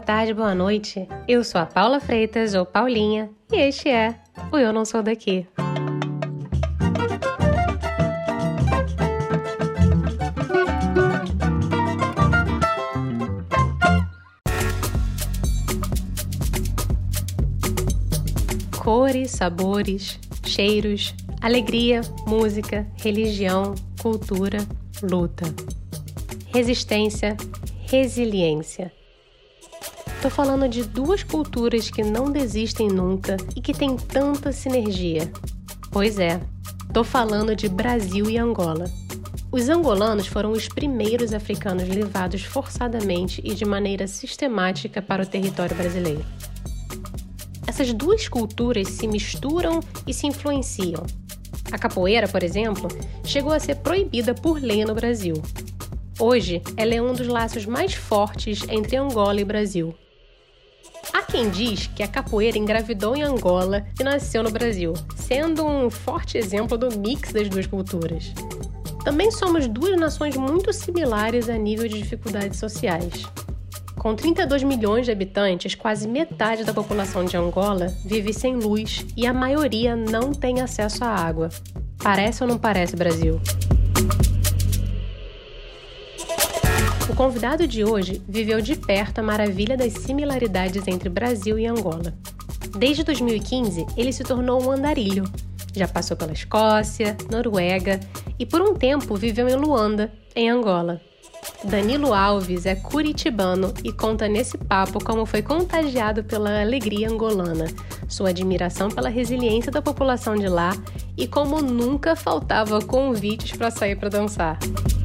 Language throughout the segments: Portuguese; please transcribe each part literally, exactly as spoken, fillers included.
tarde, boa noite. Eu sou a Paula Freitas, ou Paulinha, e este é o Eu Não Sou Daqui. Cores, sabores, cheiros, alegria, música, religião, cultura, luta. Resistência, resiliência. Tô falando de duas culturas que não desistem nunca e que têm tanta sinergia. Pois é, tô falando de Brasil e Angola. Os angolanos foram os primeiros africanos levados forçadamente e de maneira sistemática para o território brasileiro. Essas duas culturas se misturam e se influenciam. A capoeira, por exemplo, chegou a ser proibida por lei no Brasil. Hoje, ela é um dos laços mais fortes entre Angola e Brasil. Há quem diz que a capoeira engravidou em Angola e nasceu no Brasil, sendo um forte exemplo do mix das duas culturas. Também somos duas nações muito similares a nível de dificuldades sociais. Com trinta e dois milhões de habitantes, quase metade da população de Angola vive sem luz e a maioria não tem acesso à água. Parece ou não parece, Brasil? O convidado de hoje viveu de perto a maravilha das similaridades entre Brasil e Angola. Desde dois mil e quinze, ele se tornou um andarilho. Já passou pela Escócia, Noruega e por um tempo viveu em Luanda, em Angola. Danilo Alves é curitibano e conta nesse papo como foi contagiado pela alegria angolana, sua admiração pela resiliência da população de lá e como nunca faltava convites para sair para dançar.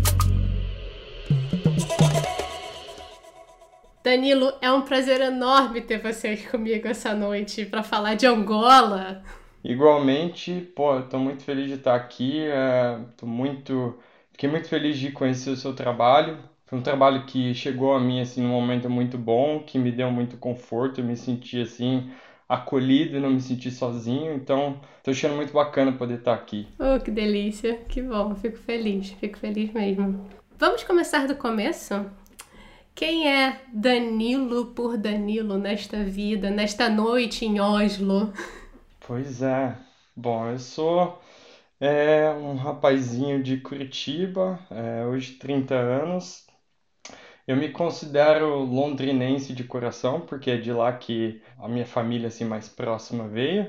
Danilo, é um prazer enorme ter você aqui comigo essa noite para falar de Angola. Igualmente, pô, eu tô muito feliz de estar aqui, é, tô muito, fiquei muito feliz de conhecer o seu trabalho. Foi um trabalho que chegou a mim assim num momento muito bom, que me deu muito conforto, eu me senti assim acolhido, não me senti sozinho, então tô achando muito bacana poder estar aqui. Oh, que delícia, que bom, fico feliz, fico feliz mesmo. Vamos começar do começo? Quem é Danilo por Danilo nesta vida, nesta noite em Oslo? Pois é, bom, eu sou é, um rapazinho de Curitiba, é, hoje trinta anos. Eu me considero londrinense de coração, porque é de lá que a minha família assim, mais próxima veio.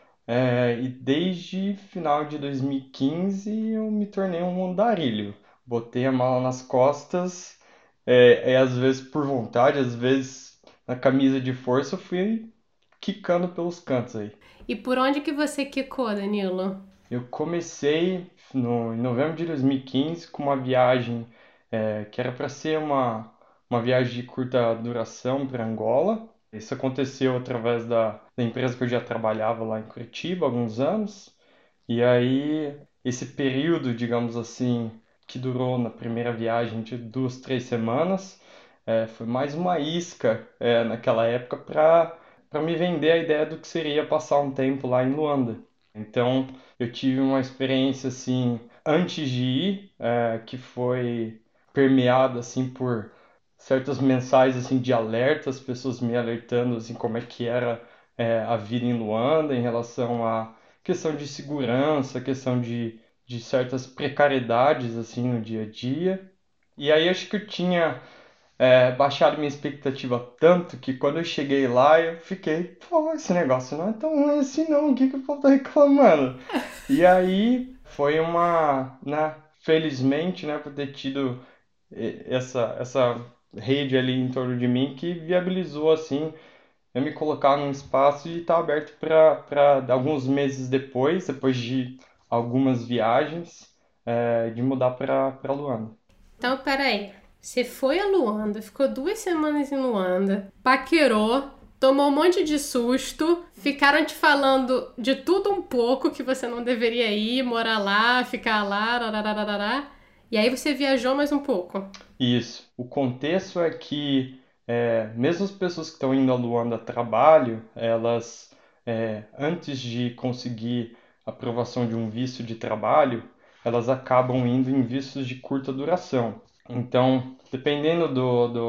É, e desde final de dois mil e quinze eu me tornei um andarilho. Botei a mala nas costas, é, é, às vezes por vontade, às vezes na camisa de força, eu fui quicando pelos cantos aí. E por onde que você quicou, Danilo? Eu comecei no, em novembro de dois mil e quinze com uma viagem é, que era para ser uma, uma viagem de curta duração para Angola. Isso aconteceu através da, da empresa que eu já trabalhava lá em Curitiba há alguns anos. E aí, esse período, digamos assim, que durou na primeira viagem de duas, três semanas, é, foi mais uma isca é, naquela época para para me vender a ideia do que seria passar um tempo lá em Luanda. Então, eu tive uma experiência assim antes de ir, é, que foi permeada assim por certas mensagens assim de alerta, as pessoas me alertando assim como é que era é, a vida em Luanda em relação à questão de segurança, questão de, de certas precariedades assim no dia a dia. E aí acho que eu tinha é, baixado minha expectativa tanto que quando eu cheguei lá eu fiquei, pô, esse negócio não é tão ruim assim não, o que que o povo tá reclamando? E aí foi uma, né, felizmente, né, por ter tido eh, essa, essa rede ali em torno de mim que viabilizou, assim, eu me colocar num espaço e estar aberto para para alguns meses depois, depois de algumas viagens, eh, de mudar para para Luanda. Então, peraí. Você foi a Luanda, ficou duas semanas em Luanda, paquerou, tomou um monte de susto, ficaram te falando de tudo um pouco que você não deveria ir, morar lá, ficar lá, rarararará, e aí você viajou mais um pouco. Isso. O contexto é que, é, mesmo as pessoas que estão indo a Luanda a trabalho, elas, é, antes de conseguir aprovação de um visto de trabalho, elas acabam indo em vistos de curta duração. Então, dependendo do, do,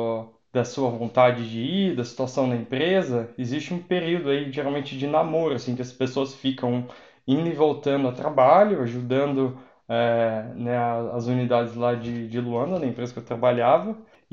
da sua vontade de ir, da situação na empresa, existe um período aí, geralmente de namoro, assim, que as pessoas ficam indo e voltando a trabalho, ajudando é, né, a- as unidades lá de, de Luanda, na empresa que eu trabalhava,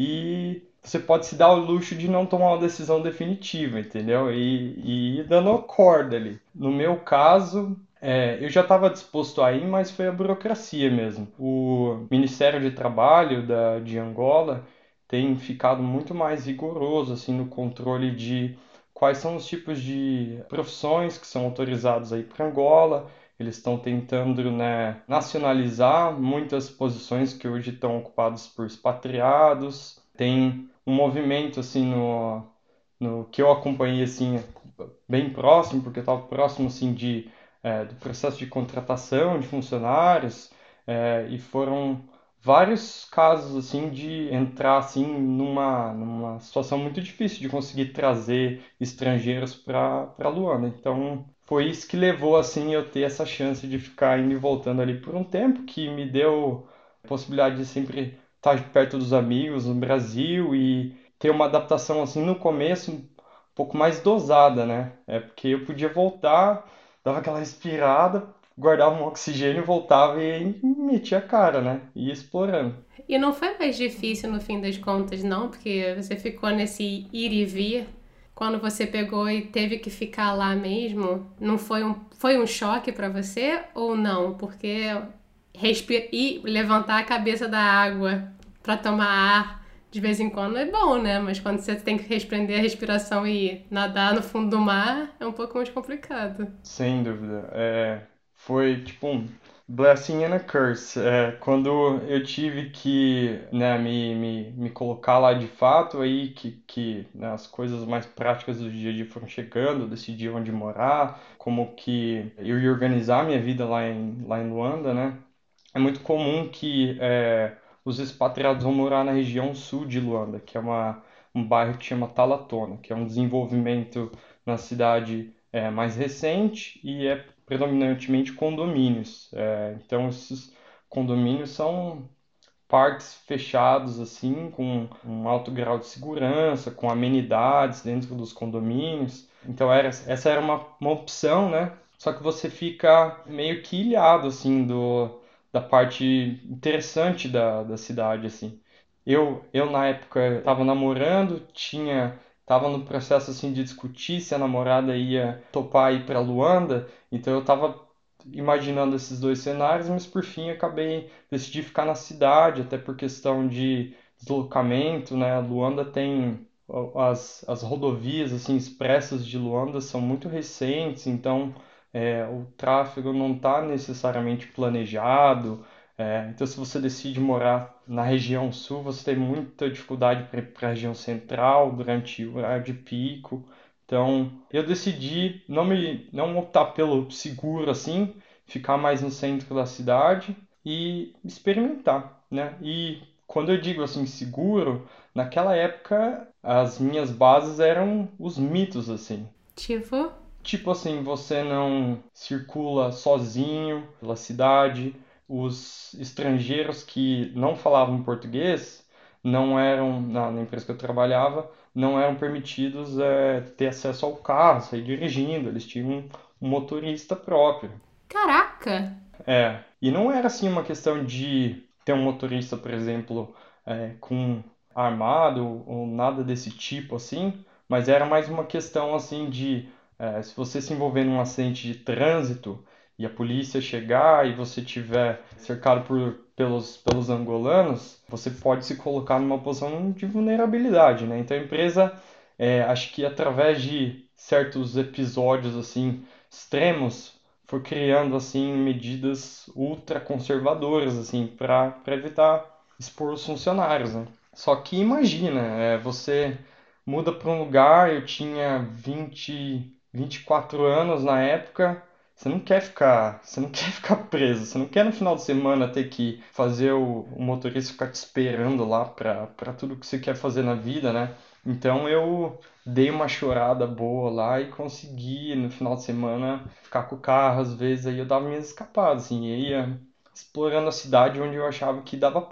e você pode se dar o luxo de não tomar uma decisão definitiva, entendeu? E, e ir dando corda ali. No meu caso, é, eu já estava disposto a ir, mas foi a burocracia mesmo. O Ministério de Trabalho da, de Angola tem ficado muito mais rigoroso assim no controle de quais são os tipos de profissões que são autorizados aí para Angola. Eles estão tentando, né, nacionalizar muitas posições que hoje estão ocupadas por expatriados. Tem um movimento assim no, no que eu acompanhei assim bem próximo, porque eu estava próximo assim de é, do processo de contratação de funcionários, é, e foram vários casos assim de entrar assim numa numa situação muito difícil de conseguir trazer estrangeiros para para Luanda. Então foi isso que levou assim eu ter essa chance de ficar indo e voltando ali por um tempo, que me deu a possibilidade de sempre estar perto dos amigos no Brasil e ter uma adaptação assim no começo um pouco mais dosada, né? É porque eu podia voltar, dava aquela respirada, guardava um oxigênio, voltava e metia a cara, né? Ia explorando. E não foi mais difícil no fim das contas, não, porque você ficou nesse ir e vir. Quando você pegou e teve que ficar lá mesmo, não foi um, foi um choque pra você ou não? Porque respir e levantar a cabeça da água pra tomar ar de vez em quando é bom, né? Mas quando você tem que desprender a respiração e nadar no fundo do mar, é um pouco mais complicado. Sem dúvida. É, foi tipo um blessing and a curse. É, quando eu tive que, né, me, me, me colocar lá de fato, aí que, que né, as coisas mais práticas do dia a dia foram chegando, eu decidi onde morar, como que eu ia organizar minha vida lá em, lá em Luanda, né? É muito comum que é, os expatriados vão morar na região sul de Luanda, que é uma, um bairro que chama Talatona, que é um desenvolvimento na cidade é, mais recente e é predominantemente condomínios. É, então, esses condomínios são parques fechados, assim, com um alto grau de segurança, com amenidades dentro dos condomínios. Então, era, essa era uma, uma opção, né? Só que você fica meio que ilhado, assim, do, da parte interessante da, da cidade, assim. Eu, eu na época, estava namorando, tinha, estava no processo, assim, de discutir se a namorada ia topar ir para Luanda, então eu estava imaginando esses dois cenários, mas por fim acabei decidi ficar na cidade, até por questão de deslocamento, né? Luanda tem as, as rodovias assim expressas de Luanda são muito recentes, então é, o tráfego não está necessariamente planejado. É, então, se você decide morar na região sul, você tem muita dificuldade para ir para a região central durante o horário de pico. Então, eu decidi não me não optar pelo seguro assim, ficar mais no centro da cidade e experimentar, né? E quando eu digo assim seguro, naquela época as minhas bases eram os mitos assim. Tipo, Tipo assim, você não circula sozinho pela cidade, os estrangeiros que não falavam português não eram, na, na empresa que eu trabalhava, não eram permitidos é, ter acesso ao carro, sair dirigindo, eles tinham um, um motorista próprio. caraca! É, e não era assim uma questão de ter um motorista, por exemplo, é, com armado ou nada desse tipo assim, mas era mais uma questão assim de é, se você se envolver num acidente de trânsito e a polícia chegar e você tiver cercado por, pelos, pelos angolanos, você pode se colocar numa posição de vulnerabilidade, né? Então a empresa, é, acho que através de certos episódios assim extremos foi criando assim medidas ultra conservadoras assim para para evitar expor os funcionários, né? Só que imagina, é, você muda para um lugar, eu tinha vinte vinte e quatro anos na época, você não quer ficar, você não quer ficar preso, você não quer no final de semana ter que fazer o, o motorista ficar te esperando lá para para tudo que você quer fazer na vida, né? Então eu dei uma chorada boa lá e consegui no final de semana ficar com o carro, às vezes aí eu dava minhas escapadas, assim, e ia explorando a cidade onde eu achava que dava pé.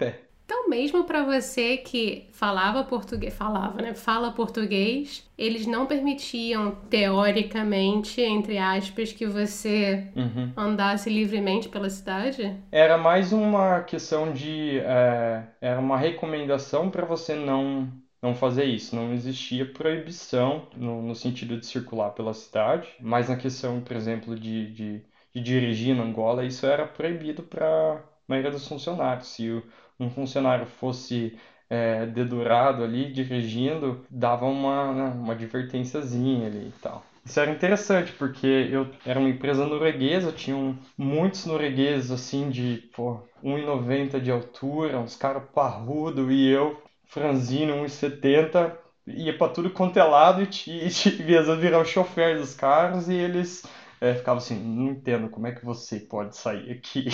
Então, mesmo para você que falava português, falava, né? Fala português, eles não permitiam, teoricamente, entre aspas, que você Uhum. andasse livremente pela cidade? Era mais uma questão de, é, era uma recomendação para você não, não fazer isso. Não existia proibição no, no sentido de circular pela cidade, mas na questão, por exemplo, de, de, de dirigir na Angola, isso era proibido para a maioria dos funcionários. Se o- um funcionário fosse, é, dedurado ali dirigindo, dava uma, né, uma advertênciazinha ali e tal. Isso era interessante, porque eu era uma empresa norueguesa, tinham muitos noruegueses assim de, pô, um e noventa de altura, uns caras parrudo e eu, franzino, um e setenta, ia pra tudo quanto é lado e, ti- e, ti- e às vezes virar o chofer dos caras e eles é, ficavam assim, não entendo como é que você pode sair aqui.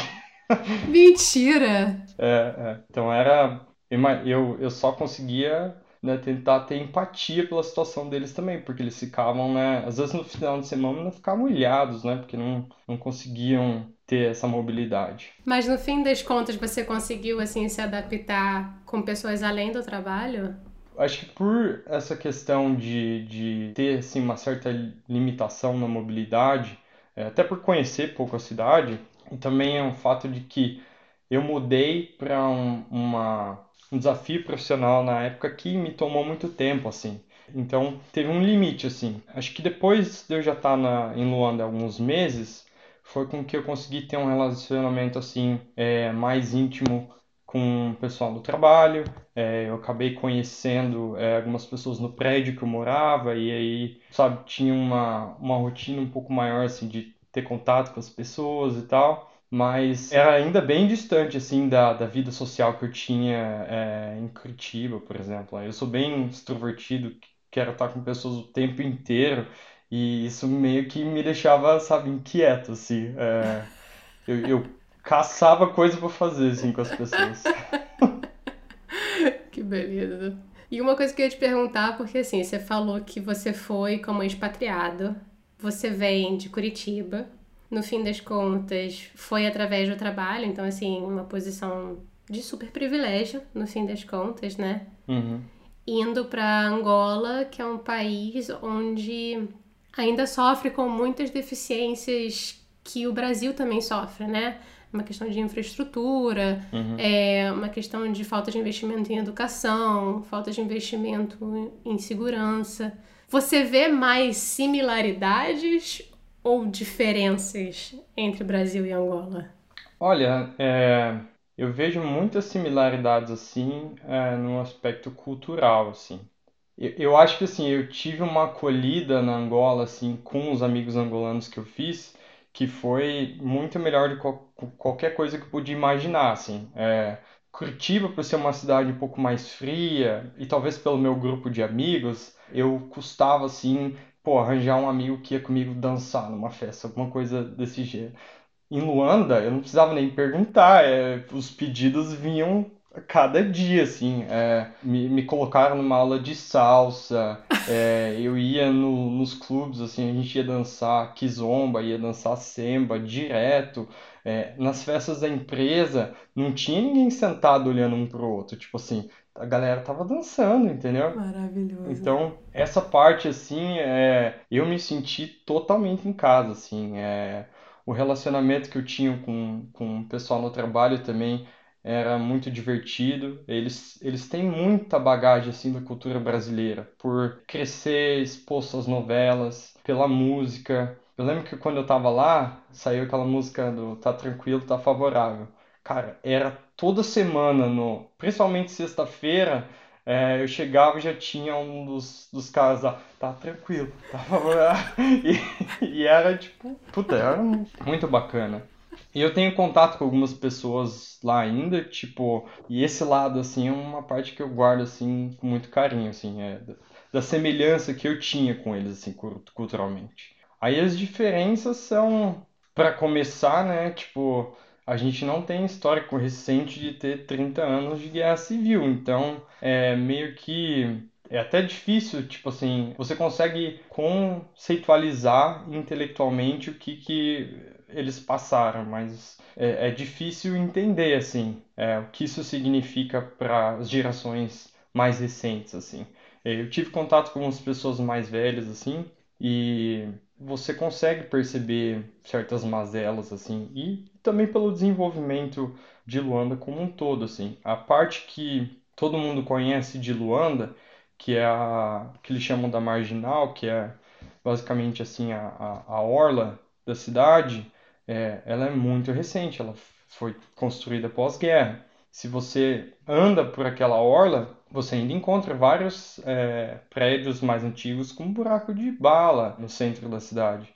Mentira! É, é. Então era. ima- Eu, eu só conseguia, né, tentar ter empatia pela situação deles também, porque eles ficavam, né, às vezes no final de semana não ficavam ilhados, né, porque não, não conseguiam ter essa mobilidade. Mas no fim das contas, você conseguiu, assim, se adaptar com pessoas além do trabalho? Acho que por essa questão de, de ter assim, uma certa limitação na mobilidade, é, até por conhecer pouco a cidade, e também é um fato de que eu mudei para um, uma, um desafio profissional na época que me tomou muito tempo, assim. Então teve um limite, assim. Acho que depois de eu já estar na, em Luanda há alguns meses, foi com que eu consegui ter um relacionamento assim, é, mais íntimo com o pessoal do trabalho. É, eu acabei conhecendo, é, algumas pessoas no prédio que eu morava e aí, sabe, tinha uma, uma rotina um pouco maior, assim, de ter contato com as pessoas e tal, mas era ainda bem distante, assim, da, da vida social que eu tinha, é, em Curitiba, por exemplo. Eu sou bem extrovertido, quero estar com pessoas o tempo inteiro e isso meio que me deixava, sabe, inquieto, assim. É, eu, eu caçava coisa para fazer, assim, com as pessoas. Que beleza. E uma coisa que eu ia te perguntar, porque assim, você falou que você foi como expatriado, você vem de Curitiba, no fim das contas, foi através do trabalho, então assim, uma posição de super privilégio, no fim das contas, né? Uhum. Indo para Angola, que é um país onde ainda sofre com muitas deficiências que o Brasil também sofre, né? Uma questão de infraestrutura, Uhum. é uma questão de falta de investimento em educação, falta de investimento em segurança. Você vê mais similaridades ou diferenças entre Brasil e Angola? Olha, é, eu vejo muitas similaridades assim, é, no aspecto cultural, assim. Eu, eu acho que assim, eu tive uma acolhida na Angola assim com os amigos angolanos que eu fiz, que foi muito melhor do que qual- qualquer coisa que eu podia imaginar, assim. É, Curitiba, por ser uma cidade um pouco mais fria, e talvez pelo meu grupo de amigos, eu custava assim, pô, arranjar um amigo que ia comigo dançar numa festa, alguma coisa desse jeito. Em Luanda, eu não precisava nem perguntar, é, os pedidos vinham a cada dia, assim. É, me, me colocaram numa aula de salsa, é, eu ia no- nos clubes, assim, a gente ia dançar kizomba, ia dançar samba direto. É, nas festas da empresa, não tinha ninguém sentado olhando um pro outro, tipo assim, a galera tava dançando, entendeu? Maravilhoso. Então, essa parte, assim, é, eu me senti totalmente em casa, assim, é, o relacionamento que eu tinha com, com o pessoal no trabalho também era muito divertido. Eles, eles têm muita bagagem, assim, da cultura brasileira, por crescer exposto às novelas, pela música. Eu lembro que quando eu tava lá, saiu aquela música do Tá Tranquilo, Tá Favorável. Cara, era toda semana, no, principalmente sexta-feira, é, eu chegava e já tinha um dos, dos caras lá, tá tranquilo, tava. E, e era tipo, puta, era muito bacana. E eu tenho contato com algumas pessoas lá ainda, tipo, e esse lado, assim, é uma parte que eu guardo, assim, com muito carinho, assim, é, da, da semelhança que eu tinha com eles, assim, cul- culturalmente. Aí as diferenças são, para começar, né, tipo, a gente não tem histórico recente de ter trinta anos de guerra civil, então é meio que é até difícil, tipo assim, você consegue conceitualizar intelectualmente o que que eles passaram, mas é, é difícil entender, assim, é, o que isso significa para as gerações mais recentes, assim. Eu tive contato com as pessoas mais velhas, assim, e você consegue perceber certas mazelas, assim, e também pelo desenvolvimento de Luanda como um todo, assim. A parte que todo mundo conhece de Luanda, que é a que eles chamam da marginal, que é basicamente assim a, a, a orla da cidade, é, ela é muito recente, ela foi construída pós-guerra. Se você anda por aquela orla, você ainda encontra vários é, prédios mais antigos com buraco de bala no centro da cidade.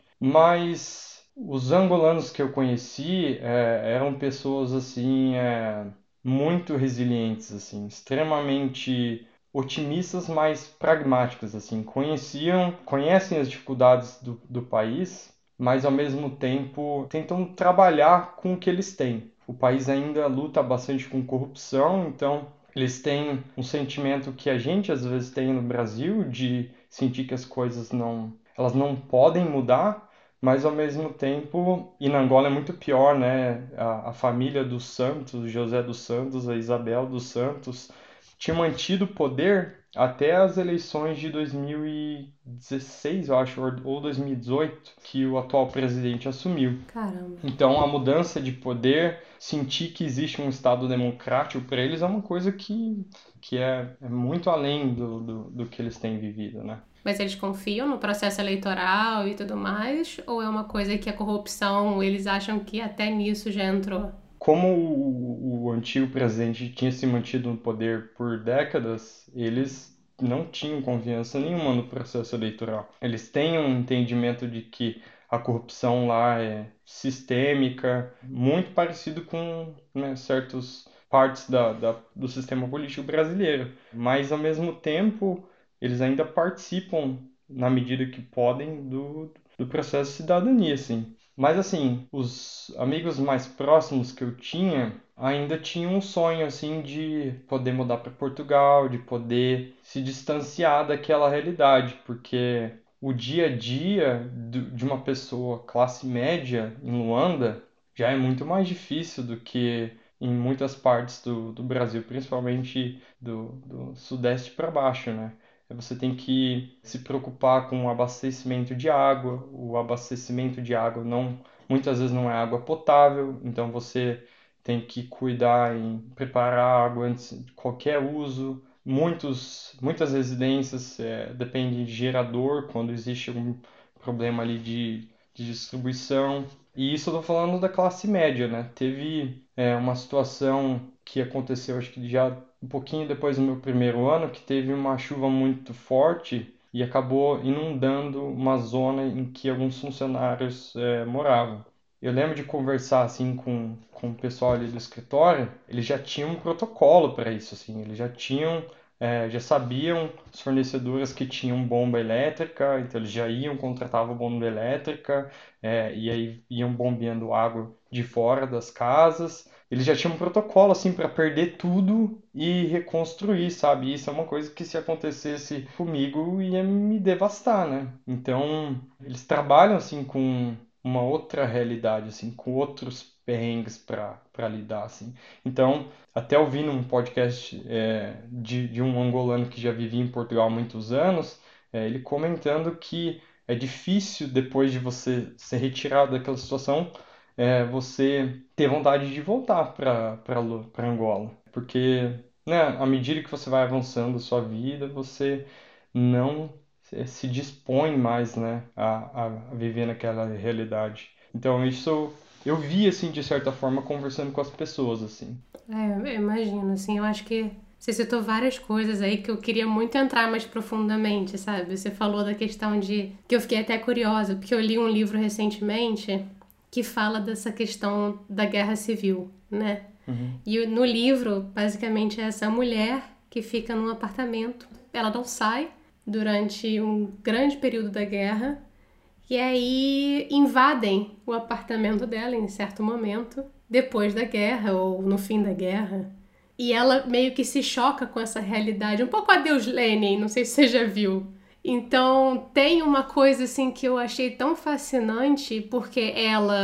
Mas os angolanos que eu conheci é, eram pessoas assim é, muito resilientes, assim, extremamente otimistas, mas pragmáticas, assim, conheciam, conhecem as dificuldades do, do país, mas ao mesmo tempo tentam trabalhar com o que eles têm. O país ainda luta bastante com corrupção, então eles têm um sentimento que a gente às vezes tem no Brasil de sentir que as coisas não, elas não podem mudar, mas ao mesmo tempo, e na Angola é muito pior, né? A, a família dos Santos, José dos Santos, a Isabel dos Santos, tinha mantido o poder até as eleições de dois mil e dezesseis, eu acho, ou dois mil e dezoito, que o atual presidente assumiu. Caramba. Então, a mudança de poder, sentir que existe um Estado democrático para eles é uma coisa que, que é, é muito além do, do, do que eles têm vivido, né? Mas eles confiam no processo eleitoral e tudo mais? Ou é uma coisa que a corrupção, eles acham que até nisso já entrou? Como o, o antigo presidente tinha se mantido no poder por décadas, eles não tinham confiança nenhuma no processo eleitoral. Eles têm um entendimento de que a corrupção lá é sistêmica, muito parecido com, né, certas partes da, da, do sistema político brasileiro. Mas, ao mesmo tempo, eles ainda participam, na medida que podem, do, do processo de cidadania, assim. Mas assim, os amigos mais próximos que eu tinha ainda tinham um sonho assim de poder mudar para Portugal, de poder se distanciar daquela realidade, porque o dia a dia do- de uma pessoa classe média em Luanda já é muito mais difícil do que em muitas partes do, do Brasil, principalmente do, do sudeste para baixo, né? Você tem que se preocupar com o abastecimento de água. O abastecimento de água não, muitas vezes não é água potável, então você tem que cuidar em preparar a água antes de qualquer uso. Muitos, muitas residências é, dependem de gerador quando existe algum problema ali de, de distribuição. E isso eu tô falando da classe média, né? Teve é, uma situação que aconteceu, acho que já um pouquinho depois do meu primeiro ano, que teve uma chuva muito forte e acabou inundando uma zona em que alguns funcionários é, moravam. Eu lembro de conversar assim com, com o pessoal ali do escritório, eles já tinham um protocolo para isso, assim, eles já tinham, é, já sabiam as fornecedoras que tinham bomba elétrica, então eles já iam, contratavam bomba elétrica, é, e aí iam bombeando água de fora das casas. Eles já tinham um protocolo assim para perder tudo e reconstruir, sabe? Isso é uma coisa que se acontecesse comigo ia me devastar, né? Então, eles trabalham assim com uma outra realidade, assim, com outros perrengues para para lidar, assim. Então, até ouvindo um podcast é, de, de um angolano que já vivia em Portugal há muitos anos, é, ele comentando que é difícil, depois de você ser retirado daquela situação, é, você ter vontade de voltar para para Angola. Porque, né, à medida que você vai avançando a sua vida, você não se se dispõe mais, né, a, a viver naquela realidade. Então, isso eu vi, assim, de certa forma, conversando com as pessoas, assim. É, eu imagino, assim, eu acho que você citou várias coisas aí que eu queria muito entrar mais profundamente, sabe? Você falou da questão de... que eu fiquei até curiosa, porque eu li um livro recentemente que fala dessa questão da guerra civil, né? Uhum. E no livro, basicamente, é essa mulher que fica num apartamento. Ela não sai durante um grande período da guerra. E aí invadem o apartamento dela em certo momento, depois da guerra ou no fim da guerra. E ela meio que se choca com essa realidade. Um pouco adeus Lenin, não sei se você já viu. Então tem uma coisa assim que eu achei tão fascinante, porque ela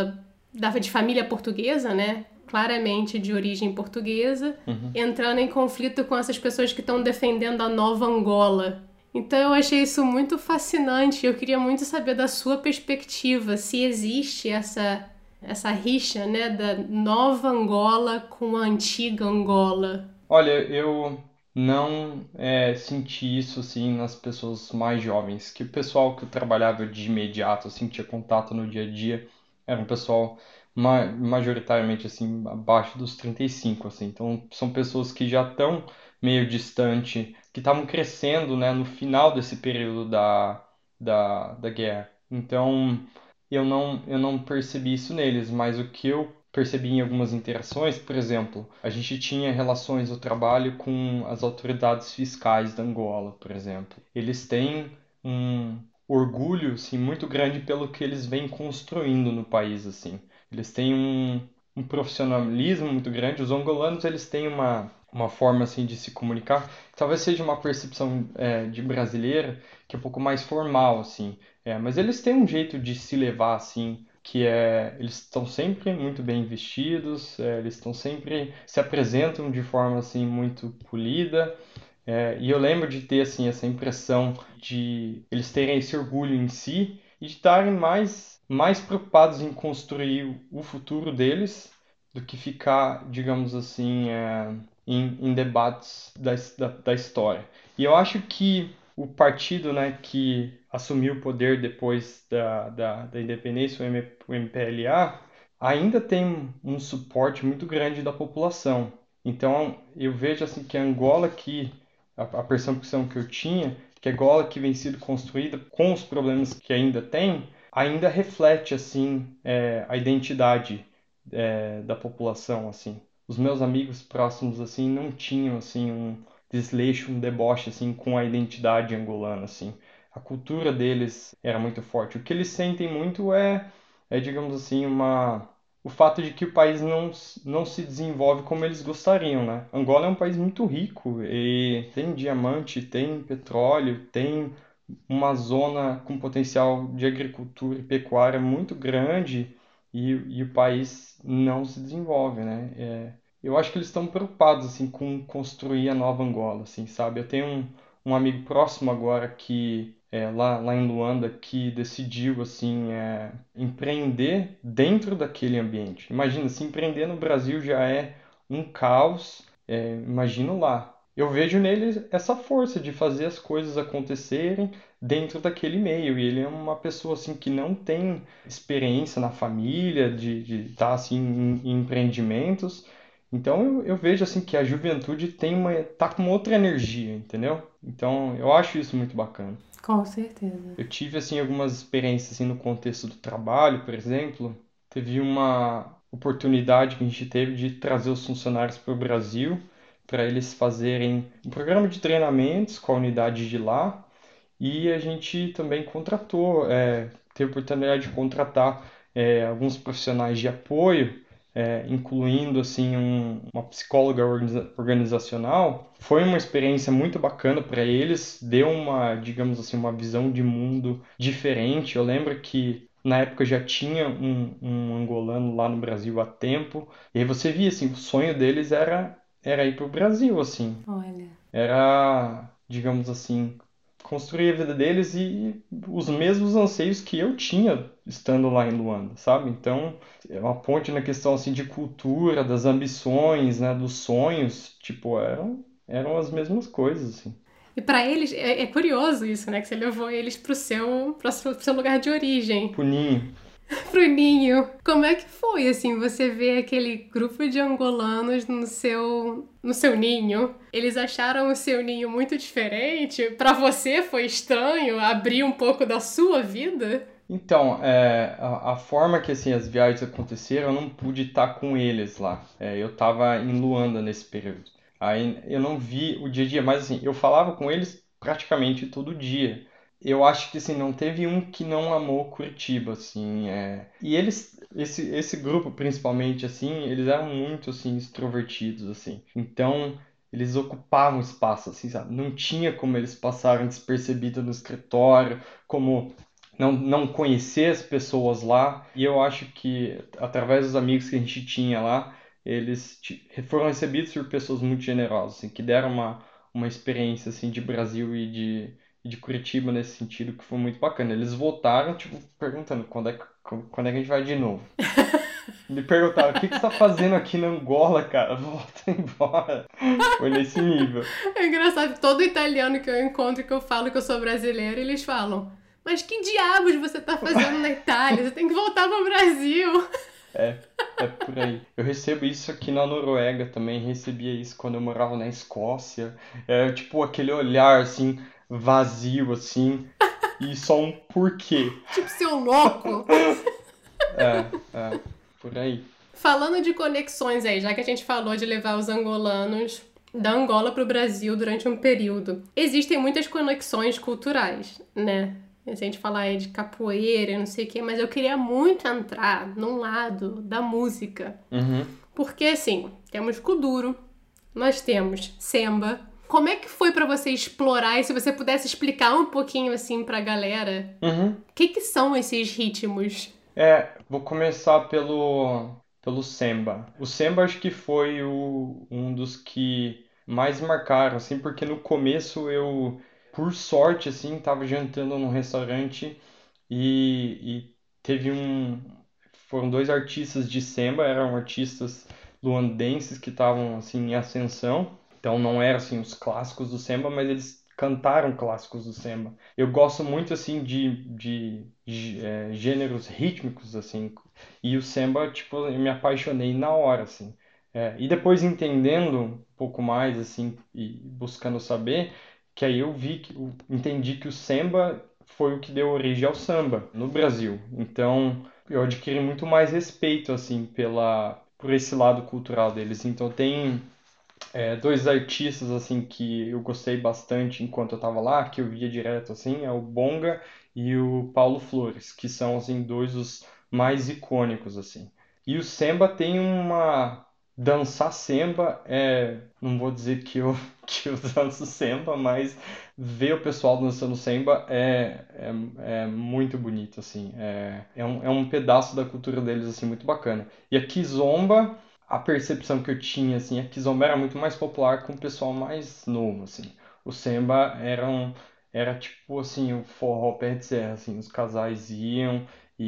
da, de família portuguesa, né? Claramente de origem portuguesa, Uhum. entrando em conflito com essas pessoas que estão defendendo a nova Angola. Então eu achei isso muito fascinante. Eu queria muito saber da sua perspectiva, se existe essa, essa rixa, né, da nova Angola com a antiga Angola. Olha, eu não é, senti isso assim nas pessoas mais jovens, que o pessoal que eu trabalhava de imediato, assim, tinha contato no dia a dia, era um pessoal ma majoritariamente assim abaixo dos trinta e cinco, assim. Então são pessoas que já estão meio distante, que estavam crescendo, né, no final desse período da, da, da guerra. Então eu não, eu não percebi isso neles, mas o que eu percebi em algumas interações, por exemplo, a gente tinha relações do trabalho com as autoridades fiscais da Angola, por exemplo. Eles têm um orgulho, assim, muito grande pelo que eles vêm construindo no país, assim. Eles têm um, um profissionalismo muito grande. Os angolanos, eles têm uma, uma forma, assim, de se comunicar, que talvez seja uma percepção é, de brasileiro, que é um pouco mais formal, assim. É, mas eles têm um jeito de se levar, assim, que é, eles estão sempre muito bem vestidos, é, eles estão sempre, se apresentam de forma, assim, muito polida, é, e eu lembro de ter, assim, essa impressão de eles terem esse orgulho em si e de estarem mais, mais preocupados em construir o futuro deles do que ficar, digamos assim, é, em, em debates da, da, da história. E eu acho que o partido, né, que assumiu o poder depois da, da, da independência, o M- o M P L A, ainda tem um suporte muito grande da população. Então, eu vejo assim que a Angola que a, a percepção que eu tinha, que a Angola que vem sendo construída com os problemas que ainda tem, ainda reflete assim é, a identidade é, da população assim. Os meus amigos próximos assim não tinham assim um desleixo, um deboche assim com a identidade angolana assim. A cultura deles era muito forte. O que eles sentem muito é, é digamos assim, uma o fato de que o país não, não se desenvolve como eles gostariam, né? Angola é um país muito rico e tem diamante, tem petróleo, tem uma zona com potencial de agricultura e pecuária muito grande e, e o país não se desenvolve, né? É, eu acho que eles estão preocupados assim com construir a nova Angola, assim, sabe? Eu tenho um, um amigo próximo agora que é, lá, lá em Luanda que decidiu assim é, empreender dentro daquele ambiente. Imagina, se empreender no Brasil já é um caos, é, imagino lá. Eu vejo nele essa força de fazer as coisas acontecerem dentro daquele meio. E ele é uma pessoa assim que não tem experiência na família, de de estar assim em, em empreendimentos. Então eu, eu vejo assim que a juventude tem uma tá com outra energia, entendeu? Então eu acho isso muito bacana. Com certeza. Eu tive assim algumas experiências assim no contexto do trabalho, por exemplo, teve uma oportunidade que a gente teve de trazer os funcionários para o Brasil para eles fazerem um programa de treinamentos com a unidade de lá e a gente também contratou, é, teve a oportunidade de contratar é, alguns profissionais de apoio, é, incluindo assim um- uma psicóloga organiza- organizacional. Foi uma experiência muito bacana para eles, deu uma, digamos assim, uma visão de mundo diferente. Eu lembro que na época já tinha um, um angolano lá no Brasil há tempo, e aí você via assim, o sonho deles era era ir para o Brasil, assim, Olha. era, digamos assim, construir a vida deles e os mesmos anseios que eu tinha estando lá em Luanda, sabe? Então, é uma ponte na questão assim de cultura, das ambições, né, dos sonhos, tipo, eram eram as mesmas coisas assim. E pra eles, é, é curioso isso, né? Que você levou eles pro seu, pro seu, pro seu lugar de origem, Puninho. pro ninho. Como é que foi, assim, você ver aquele grupo de angolanos no seu, no seu ninho? Eles acharam o seu ninho muito diferente? Pra você foi estranho abrir um pouco da sua vida? Então, é, a, a forma que assim as viagens aconteceram, eu não pude estar com eles lá. É, eu estava em Luanda nesse período. Aí eu não vi o dia a dia, mas assim, eu falava com eles praticamente todo dia. Eu acho que assim, não teve um que não amou Curitiba, assim, é. E eles, esse, esse grupo principalmente, assim, eles eram muito assim extrovertidos, assim. Então eles ocupavam espaço, assim, sabe? Não tinha como eles passarem despercebido no escritório, como não, não conhecer as pessoas lá. E eu acho que, através dos amigos que a gente tinha lá, eles ti- foram recebidos por pessoas muito generosas, assim, que deram uma, uma experiência assim, de Brasil e de, e de Curitiba nesse sentido, que foi muito bacana. Eles voltaram, tipo, perguntando quando é, que- quando é que a gente vai de novo. Me perguntaram, o que que você tá fazendo aqui na Angola, cara? Volta embora. Foi nesse nível. É engraçado, todo italiano que eu encontro que eu falo que eu sou brasileira, eles falam: Mas que diabos você tá fazendo na Itália? Você tem que voltar pro Brasil. É, é por aí. Eu recebo isso aqui na Noruega também, recebia isso quando eu morava na Escócia. É tipo aquele olhar assim, vazio assim, e só um porquê. Tipo, seu louco. É, é, por aí. Falando de conexões aí, já que a gente falou de levar os angolanos da Angola pro Brasil durante um período, existem muitas conexões culturais, né? Se a gente falar aí de capoeira, não sei o quê, mas eu queria muito entrar num lado da música. Uhum, Porque, assim, temos kuduro, nós temos samba. Como é que foi pra você explorar e se você pudesse explicar um pouquinho, assim, pra galera, uhum. o que que são esses ritmos? É, vou começar pelo, pelo Samba. O Samba acho que foi o, um dos que mais marcaram, assim, porque no começo eu, por sorte, assim, tava jantando num restaurante e, e teve um. Foram dois artistas de samba, eram artistas luandenses que estavam, assim, em ascensão. Então não eram, assim, os clássicos do samba, mas eles cantaram clássicos do samba. Eu gosto muito assim de, de, gê- eh, gêneros rítmicos assim, e o samba tipo eu me apaixonei na hora assim. É, e depois entendendo um pouco mais assim e buscando saber, que aí eu vi que eu entendi que o samba foi o que deu origem ao samba no Brasil. Então eu adquiri muito mais respeito assim pela por esse lado cultural deles. Então tem é, dois artistas assim que eu gostei bastante enquanto eu estava lá, que eu via direto assim, é o Bonga e o Paulo Flores, que são assim dois dos mais icônicos assim. E o samba tem uma dançar samba é, não vou dizer que eu que eu danço samba, mas ver o pessoal dançando samba é, é, é muito bonito assim. É, é um, é um pedaço da cultura deles assim muito bacana. E a Kizomba, a percepção que eu tinha, assim, é que Kizomba era muito mais popular com o pessoal mais novo, assim. O Samba era, um, era tipo, assim, o forró pé de serra, assim. Os casais iam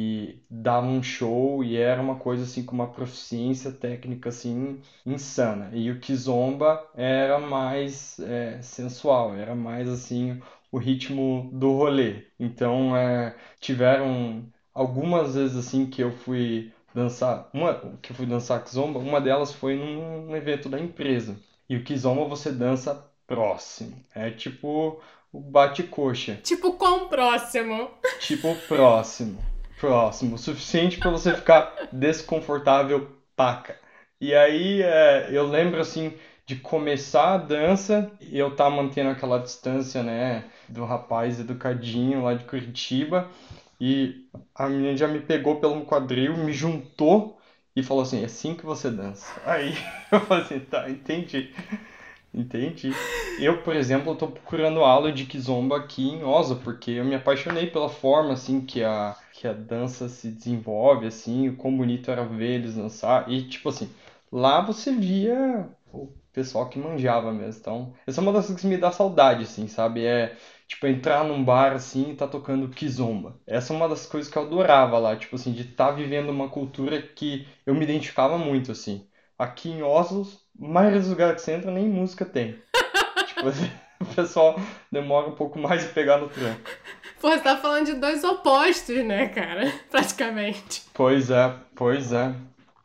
e davam um show e era uma coisa, assim, com uma proficiência técnica, assim, insana. E o Kizomba era mais é, sensual, era mais, assim, o ritmo do rolê. Então, é, tiveram algumas vezes, assim, que eu fui dançar, uma que eu fui dançar kizomba, uma delas foi num, num evento da empresa. E o kizomba você dança próximo. É tipo o bate-coxa. Tipo, quão próximo? Tipo próximo. Próximo. O suficiente para você ficar desconfortável, paca. E aí é, eu lembro assim de começar a dança e eu tá mantendo aquela distância, né, do rapaz educadinho lá de Curitiba. E a menina já me pegou pelo quadril, me juntou e falou assim: é assim que você dança. Aí eu falei assim: tá, entendi, entendi. Eu, por exemplo, estou procurando aula de kizomba aqui em Osa, porque eu me apaixonei pela forma assim que a, que a dança se desenvolve, assim, o quão bonito era ver eles dançar. E tipo assim, lá você via o pessoal que manjava mesmo. Então, essa é uma das coisas que me dá saudade, assim, sabe? É tipo entrar num bar assim e tá tocando kizomba. Essa é uma das coisas que eu adorava lá, tipo assim, de estar vivendo uma cultura que eu me identificava muito, assim. Aqui em Oslo, a maioria dos lugares que você entra nem música tem. Tipo, o pessoal demora um pouco mais de pegar no tranco. Pô, você tá falando de dois opostos, né, cara? Praticamente. Pois é, pois é.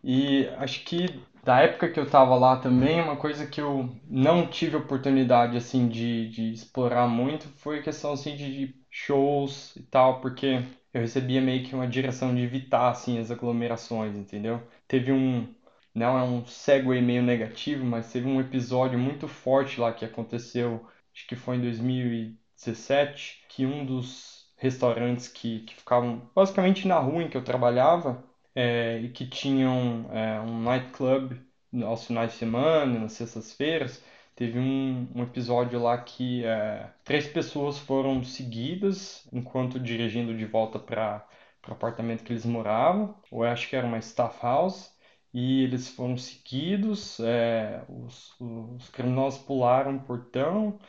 E acho que da época que eu tava lá também, uma coisa que eu não tive oportunidade, assim, de, de explorar muito foi a questão, assim, de, de shows e tal, porque eu recebia meio que uma direção de evitar, assim, as aglomerações, entendeu? Teve um, não é um segue meio negativo, mas teve um episódio muito forte lá que aconteceu, acho que foi em dois mil e dezessete, que um dos restaurantes que, que ficavam basicamente na rua em que eu trabalhava, é, e que tinham é, um nightclub aos finais de semana, nas sextas-feiras, teve um, um episódio lá que é, três pessoas foram seguidas enquanto dirigindo de volta para o apartamento que eles moravam, ou eu acho que era uma staff house, e eles foram seguidos, é, os, os criminosos pularam o portão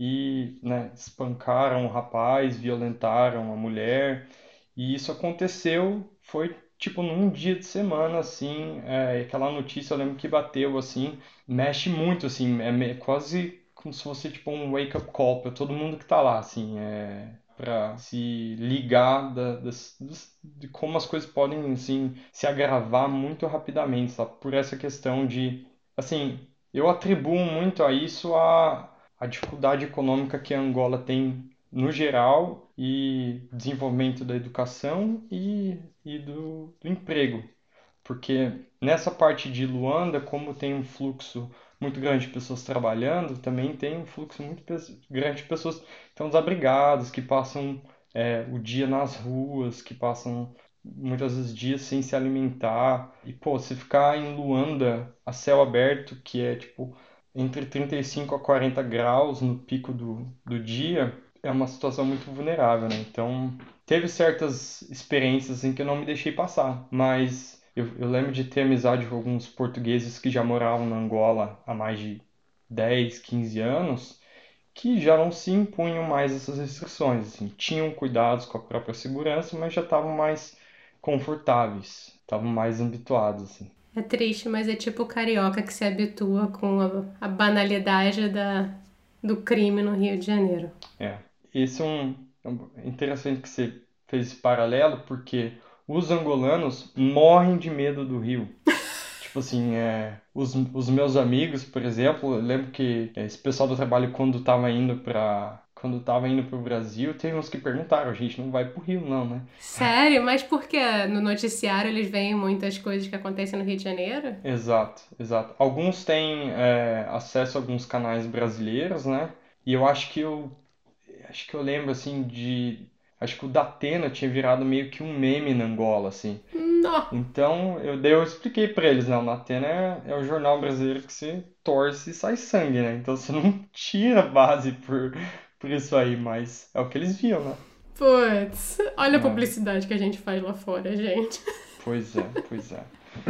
e, né, espancaram o rapaz, violentaram a mulher, e isso aconteceu, foi tipo num dia de semana, assim, é, aquela notícia eu lembro que bateu, assim, mexe muito, assim, é me- quase como se fosse tipo um wake-up call para todo mundo que tá lá, assim, é, para se ligar da, das, das- de como as coisas podem, assim, se agravar muito rapidamente, sabe? Por essa questão de, assim, eu atribuo muito a isso a, a dificuldade econômica que a Angola tem no geral e desenvolvimento da educação e, e do, do emprego. Porque nessa parte de Luanda, como tem um fluxo muito grande de pessoas trabalhando, também tem um fluxo muito pe- grande de pessoas que estão desabrigadas, que passam é, o dia nas ruas, que passam muitas vezes dias sem se alimentar. E, pô, se ficar em Luanda a céu aberto, que é tipo entre trinta e cinco a quarenta graus no pico do, do dia, é uma situação muito vulnerável, né? Então, teve certas experiências em que eu não me deixei passar, mas eu, eu lembro de ter amizade com alguns portugueses que já moravam na Angola há mais de dez, quinze anos, que já não se impunham mais essas restrições, assim, tinham cuidados com a própria segurança, mas já estavam mais confortáveis, estavam mais habituados, assim. É triste, mas é tipo o carioca que se habitua com a, a banalidade da, do crime no Rio de Janeiro. É, esse é um, é um- é interessante que você fez esse paralelo, porque os angolanos morrem de medo do Rio. Tipo assim, é, os, os meus amigos, por exemplo, eu lembro que é, esse pessoal do trabalho, quando tava indo para quando tava indo pro Brasil, tem uns que perguntaram, a gente não vai pro Rio não, né? Sério? Mas porque no noticiário eles veem muitas coisas que acontecem no Rio de Janeiro? Exato, exato. Alguns têm é, acesso a alguns canais brasileiros, né? E eu acho que eu acho que eu lembro assim de acho que o Datena tinha virado meio que um meme na Angola, assim. Não! Então, eu, daí eu expliquei pra eles, não, na Atena é, é o jornal brasileiro que você torce e sai sangue, né? Então você não tira base por, por isso aí, mas é o que eles viam, né? Putz, olha a É, publicidade que a gente faz lá fora, gente. pois é, pois é.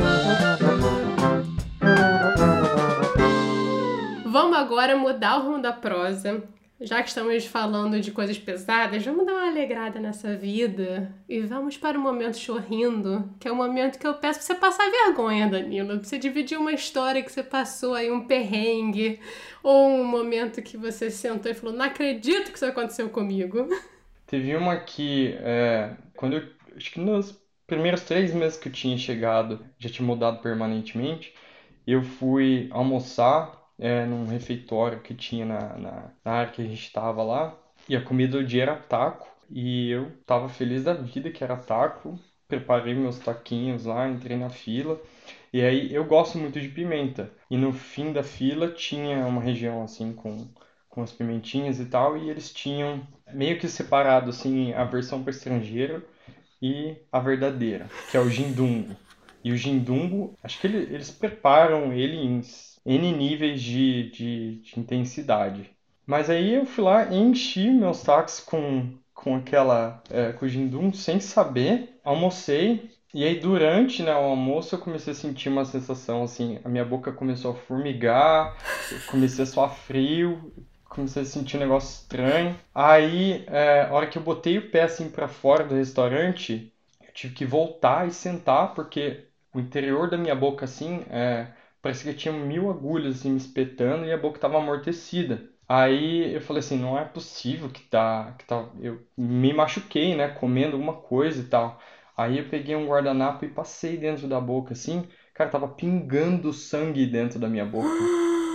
Vamos agora mudar o rumo da prosa. Já que estamos falando de coisas pesadas, vamos dar uma alegrada nessa vida e vamos para o momento chorrindo, que é o momento que eu peço pra você passar vergonha, Danilo. Pra você dividir uma história que você passou aí, um perrengue, ou um momento que você sentou e falou, não acredito que isso aconteceu comigo. Teve uma que, é, quando eu, acho que nos primeiros três meses que eu tinha chegado, já tinha mudado permanentemente, eu fui almoçar é, num refeitório que tinha na, na, na área que a gente estava lá, e a comida do dia era taco, e eu tava feliz da vida que era taco, preparei meus taquinhos lá, entrei na fila, e aí eu gosto muito de pimenta, e no fim da fila tinha uma região assim com, com as pimentinhas e tal, e eles tinham meio que separado assim a versão para estrangeiro e a verdadeira, que é o gindungo. E o gindungo, acho que ele- eles preparam ele em N níveis de, de, de intensidade. Mas aí eu fui lá e enchi meus tacos com, com aquela, é, com o gindungo sem saber, almocei. E aí durante, né, o almoço eu comecei a sentir uma sensação assim, a minha boca começou a formigar, eu comecei a suar frio, comecei a sentir um negócio estranho. Aí, é, a hora que eu botei o pé assim pra fora do restaurante, eu tive que voltar e sentar, porque o interior da minha boca, assim, é, parecia que tinha mil agulhas assim, me espetando e a boca tava amortecida. Aí eu falei assim, não é possível que tá, que tá, eu me machuquei, né, comendo alguma coisa e tal. Aí eu peguei um guardanapo e passei dentro da boca, assim, cara, tava pingando sangue dentro da minha boca.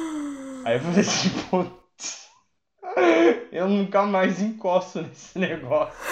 Aí eu falei assim, putz, eu nunca mais encosto nesse negócio.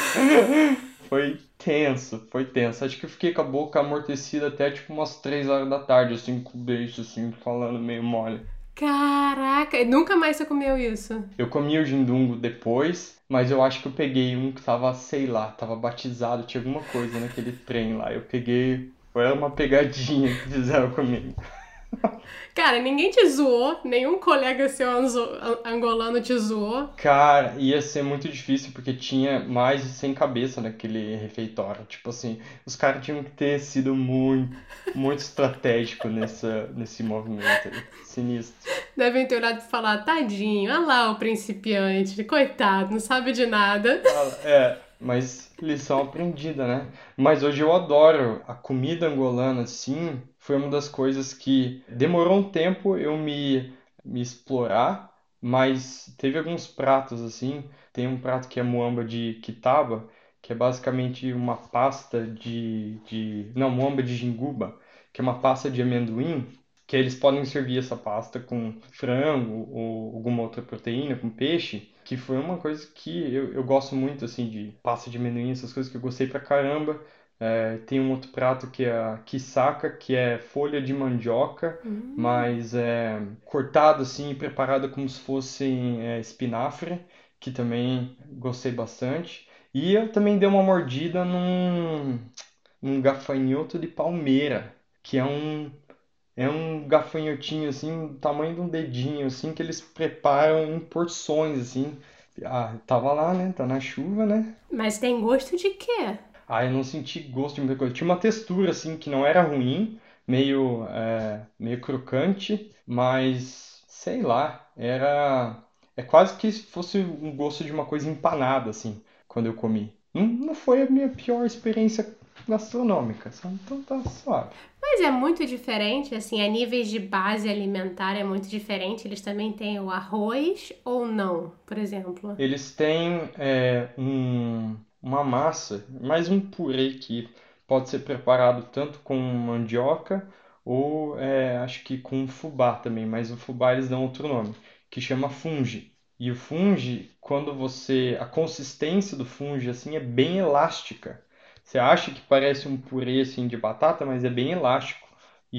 Foi tenso, foi tenso. Acho que eu fiquei com a boca amortecida até tipo umas três horas da tarde, assim, com o beijo, assim, falando meio mole. Caraca, nunca mais você comeu isso? Eu comi o gindungo depois, mas eu acho que eu peguei um que tava, sei lá, tava batizado, tinha alguma coisa naquele trem lá. Eu peguei, foi uma pegadinha que fizeram comigo. Cara, ninguém te zoou, nenhum colega seu anzo- angolano te zoou. Cara, ia ser muito difícil porque tinha mais de cem cabeças naquele refeitório. Tipo assim, os caras tinham que ter sido muito, muito estratégico nessa, nesse movimento aí. Sinistro. Devem ter olhado e falar, tadinho, olha lá o principiante, coitado, não sabe de nada. Ah, é, mas lição aprendida, né? Mas hoje eu adoro a comida angolana, sim. Foi uma das coisas que demorou um tempo eu me, me explorar, mas teve alguns pratos assim. Tem um prato que é muamba de quitaba, que é basicamente uma pasta de, de... Não, muamba de jinguba, que é uma pasta de amendoim, que eles podem servir essa pasta com frango ou alguma outra proteína, com peixe, que foi uma coisa que eu, eu gosto muito, assim, de pasta de amendoim, essas coisas que eu gostei pra caramba. É, tem um outro prato que é a quiçaca, que é folha de mandioca, Hum. mas é cortada assim e preparada como se fosse é, espinafre, que também gostei bastante. E eu também dei uma mordida num, num gafanhoto de palmeira, que é um é um gafanhotinho assim, do tamanho de um dedinho, assim, que eles preparam em porções, assim. Ah, tava lá, né? Tá na chuva, né? Mas tem gosto de quê? Ah, eu não senti gosto de muita coisa. Tinha uma textura, assim, que não era ruim, meio, é, meio crocante, mas sei lá, era. É quase que se fosse um gosto de uma coisa empanada, assim, quando eu comi. Não, não foi a minha pior experiência gastronômica, só- então tá suave. Mas é muito diferente, assim, a níveis de base alimentar é muito diferente. Eles também têm o arroz ou não, por exemplo. Eles têm é, um, uma massa, mais um purê que pode ser preparado tanto com mandioca ou é, acho que com fubá também, mas o fubá eles dão outro nome, que chama fungi. E o fungi, quando você, a consistência do fungi assim é bem elástica. Você acha que parece um purê assim de batata, mas é bem elástico.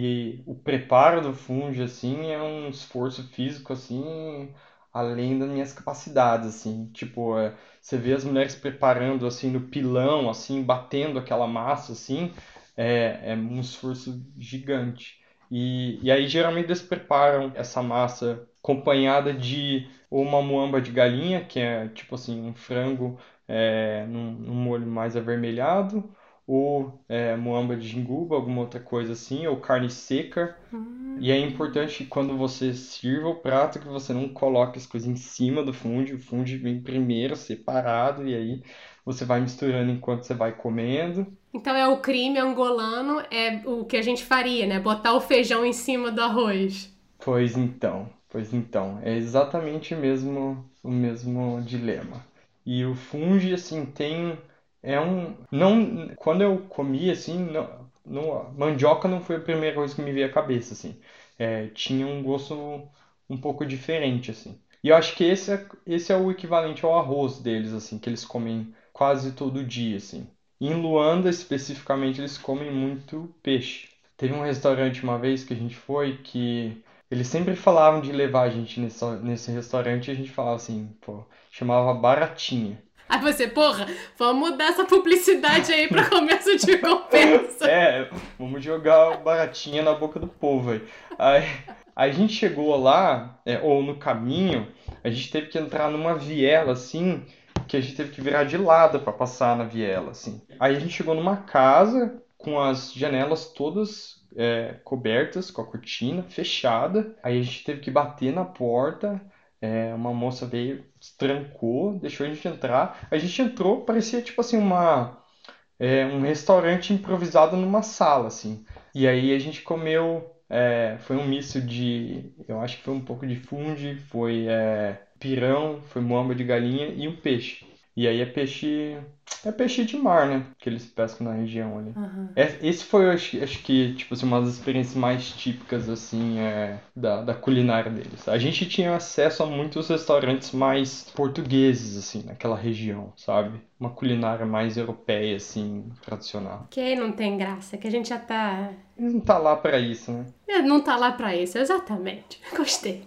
E o preparo do fungi assim é um esforço físico assim além das minhas capacidades, assim. Tipo, é, você vê as mulheres preparando, assim, no pilão, assim, batendo aquela massa, assim, é, é um esforço gigante. E, e aí, geralmente, eles preparam essa massa acompanhada de ou uma muamba de galinha, que é, tipo assim, um frango é, num, num molho mais avermelhado, ou é, muamba de jinguba, alguma outra coisa assim, ou carne seca, e é Hum. importante que quando você sirva o prato que você não coloque as coisas em cima do fundi, o fundi vem primeiro separado e aí você vai misturando enquanto você vai comendo. Então é o crime angolano, é o que a gente faria, né? Botar o feijão em cima do arroz. Pois então, pois então, é exatamente o mesmo, o mesmo dilema. E o fungi assim tem é um não quando eu comi assim, não, não- mandioca não foi a primeira coisa que me veio à cabeça assim. É, tinha um gosto um pouco diferente assim. E eu acho que esse é, esse é o equivalente ao arroz deles assim, que eles comem quase todo dia assim. Em Luanda especificamente eles comem muito peixe. Teve um restaurante uma vez que a gente foi que eles sempre falavam de levar a gente nesse, nesse restaurante e a gente falava assim, pô, chamava Baratinha. Aí você, porra, vamos mudar essa publicidade aí pra começo de conversa. É, vamos jogar Baratinha na boca do povo aí. Aí, aí a gente chegou lá, é, ou no caminho, a gente teve que entrar numa viela assim, que a gente teve que virar de lado para passar na viela, assim. Aí a gente chegou numa casa com as janelas todas é, cobertas, com a cortina fechada. Aí a gente teve que bater na porta. É, uma moça veio, trancou, deixou a gente entrar. A gente entrou, parecia tipo assim uma é, um restaurante improvisado numa sala, assim. E aí a gente comeu, é, foi um misto de, eu acho que foi um pouco de fundi, foi é, pirão, foi muamba de galinha e um peixe. E aí é peixe, é peixe de mar, né? Que eles pescam na região ali. Uhum. É- Esse foi, eu acho, acho que, tipo assim, uma das experiências mais típicas, assim, é, da, da culinária deles. A gente tinha acesso a muitos restaurantes mais portugueses, assim, naquela região, sabe? Uma culinária mais europeia, assim, tradicional. Que não tem graça, que a gente já tá. Eles não tá lá pra isso, né? Não tá lá pra isso, exatamente. Gostei.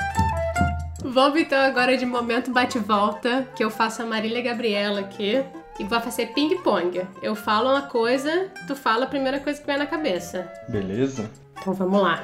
Vamos então agora de momento bate-volta, que eu faço a Marília Gabriela aqui. E vai fazer ping-pong. Eu falo uma coisa, tu fala a primeira coisa que vem na cabeça. Beleza? Então vamos lá.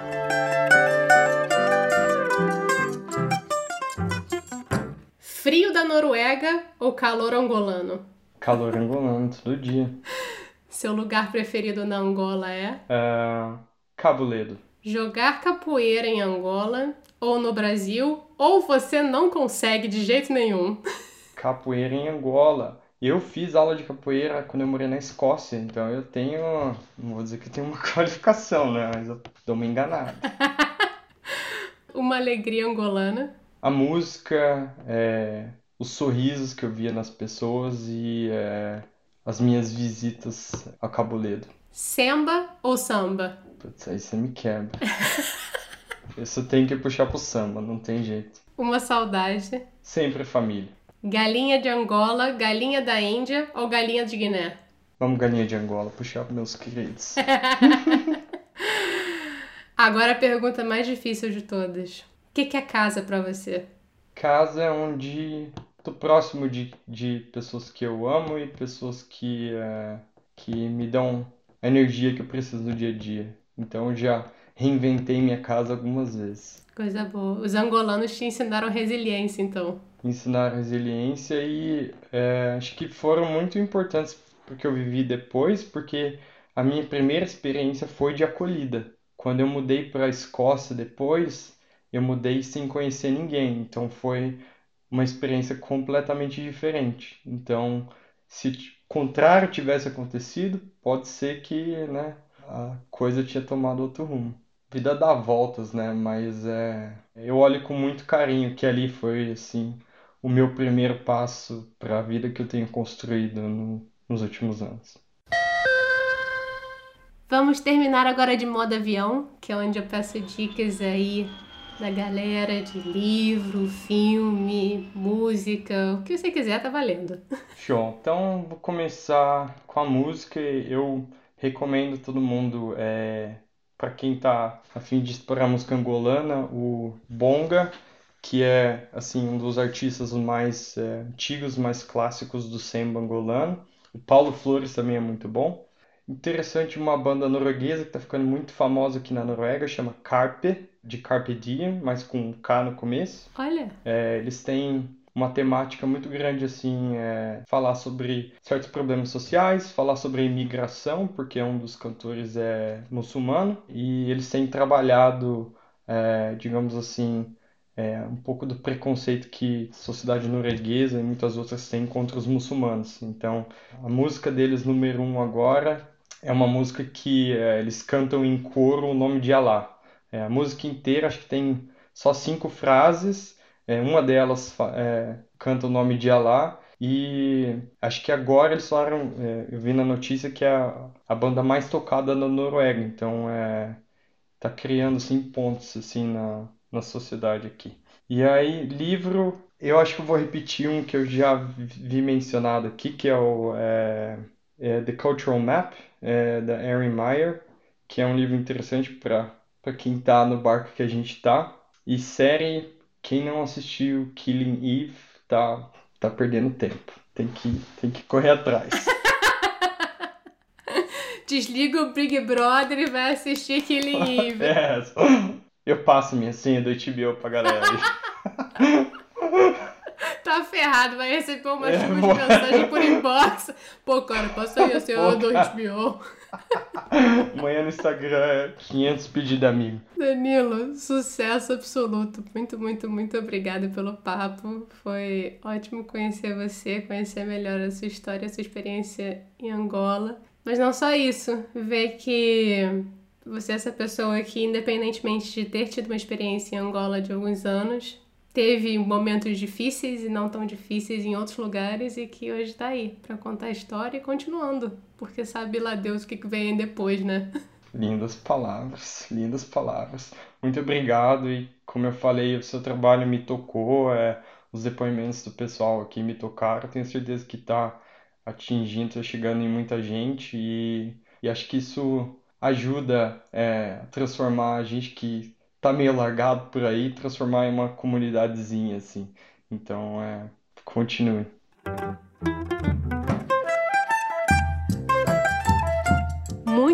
Frio da Noruega ou calor angolano? Calor angolano, todo dia. Seu lugar preferido na Angola é? Uh, Cabo Ledo. Jogar capoeira em Angola ou no Brasil, ou você não consegue de jeito nenhum? Capoeira em Angola. Eu fiz aula de capoeira quando eu morei na Escócia, então eu tenho, não vou dizer que eu tenho uma qualificação, né? Mas eu dou uma enganada. Uma alegria angolana. A música, é, os sorrisos que eu via nas pessoas e é, as minhas visitas a Cabo Ledo. Samba ou samba? Putz, aí você me quebra. Eu só tenho que puxar pro samba, não tem jeito. Uma saudade. Sempre família. Galinha de Angola, galinha da Índia ou galinha de Guiné? Vamos, galinha de Angola, puxar pros meus queridos. Agora a pergunta mais difícil de todas. O que, que é casa pra você? Casa é onde tô próximo de, de pessoas que eu amo e pessoas que, é, que me dão a energia que eu preciso no dia a dia. Então eu já reinventei minha casa algumas vezes. Coisa boa. Os angolanos te ensinaram resiliência, então. Ensinar resiliência e é, acho que foram muito importantes porque eu vivi depois, porque a minha primeira experiência foi de acolhida. Quando eu mudei para a Escócia depois, eu mudei sem conhecer ninguém, então foi uma experiência completamente diferente. Então, se o contrário tivesse acontecido, pode ser que, né, a coisa tinha tomado outro rumo. Vida dá voltas, né? Mas é, eu olho com muito carinho que ali foi assim o meu primeiro passo para a vida que eu tenho construído no- nos últimos anos. Vamos terminar agora de modo avião, que é onde eu peço dicas aí da galera de livro, filme, música, o que você quiser, tá valendo. Show. Então, vou começar com a música. Eu recomendo todo mundo, é, para quem tá a fim de explorar a música angolana, o Bonga, que é assim um dos artistas mais é, antigos, mais clássicos do samba angolano. O Paulo Flores também é muito bom. Interessante, uma banda norueguesa que está ficando muito famosa aqui na Noruega, chama Carpe, de Carpe Diem, mas com um K no começo. Olha, É, eles têm uma temática muito grande, assim, é, falar sobre certos problemas sociais, falar sobre a imigração, porque um dos cantores é muçulmano, e eles têm trabalhado, é, digamos assim, é, um pouco do preconceito que a sociedade norueguesa e muitas outras têm contra os muçulmanos. Então, a música deles, número um agora, é uma música que é, eles cantam em coro o nome de Alá. É, a música inteira, acho que tem só cinco frases, é, uma delas fa- é, canta o nome de Alá, e acho que agora eles falaram, é, eu vi na notícia que é a, a banda mais tocada na Noruega, então é, tá criando assim pontos assim na, na sociedade aqui. E aí, livro, eu acho que eu vou repetir um que eu já vi mencionado aqui, que é o é, é The Cultural Map, é, da Erin Meyer, que é um livro interessante para para quem tá no barco que a gente tá. E série, quem não assistiu Killing Eve, tá, tá perdendo tempo. Tem que, tem que correr atrás. desliga o Big Brother e vai assistir Killing Eve. É, eu passo minha senha do H B O pra galera aí. Tá ferrado, vai receber uma É, chuva de vou- mensagem por inbox. Pô, cara, passa aí a senhora Pô, do cara. H B O. Amanhã no Instagram é quinhentos pedidos amigo. Danilo, sucesso absoluto. Muito, muito, muito obrigada pelo papo. Foi ótimo conhecer você, conhecer melhor a sua história, a sua experiência em Angola. Mas não só isso, ver que você é essa pessoa que, independentemente de ter tido uma experiência em Angola de alguns anos, teve momentos difíceis e não tão difíceis em outros lugares e que hoje tá aí pra contar a história e continuando, porque sabe lá Deus o que que vem depois, né? Lindas palavras, lindas palavras. Muito obrigado e como eu falei, o seu trabalho me tocou, é, os depoimentos do pessoal aqui me tocaram. Tenho certeza que está atingindo, está chegando em muita gente e, e acho que isso ajuda é, a transformar a gente que tá meio largado por aí, transformar em uma comunidadezinha assim. Então, é, continue.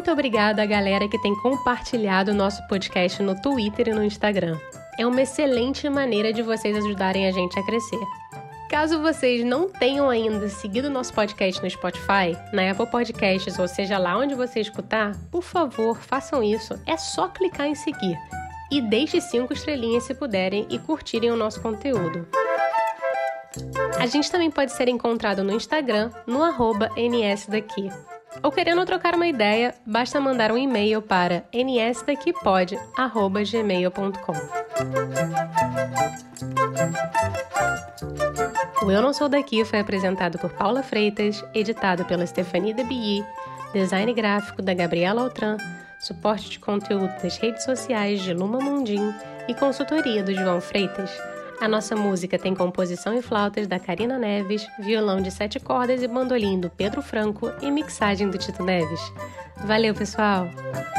muito obrigada à galera que tem compartilhado o nosso podcast no Twitter e no Instagram. É uma excelente maneira de vocês ajudarem a gente a crescer. Caso vocês não tenham ainda seguido o nosso podcast no Spotify, na Apple Podcasts, ou seja lá onde você escutar, por favor, façam isso. É só clicar em seguir. E deixe cinco estrelinhas se puderem e curtirem o nosso conteúdo. A gente também pode ser encontrado no Instagram, no arroba nsdaqui. Ou querendo trocar uma ideia, basta mandar um e-mail para n s daqui pod arroba gmail ponto com. O Eu Não Sou Daqui foi apresentado por Paula Freitas, editado pela Stephanie Debilly, design gráfico da Gabriela Altran, suporte de conteúdo das redes sociais de Luma Mundim e consultoria do João Freitas. A nossa música tem composição e flautas da Karina Neves, violão de sete cordas e bandolim do Pedro Franco e mixagem do Tito Neves. Valeu, pessoal!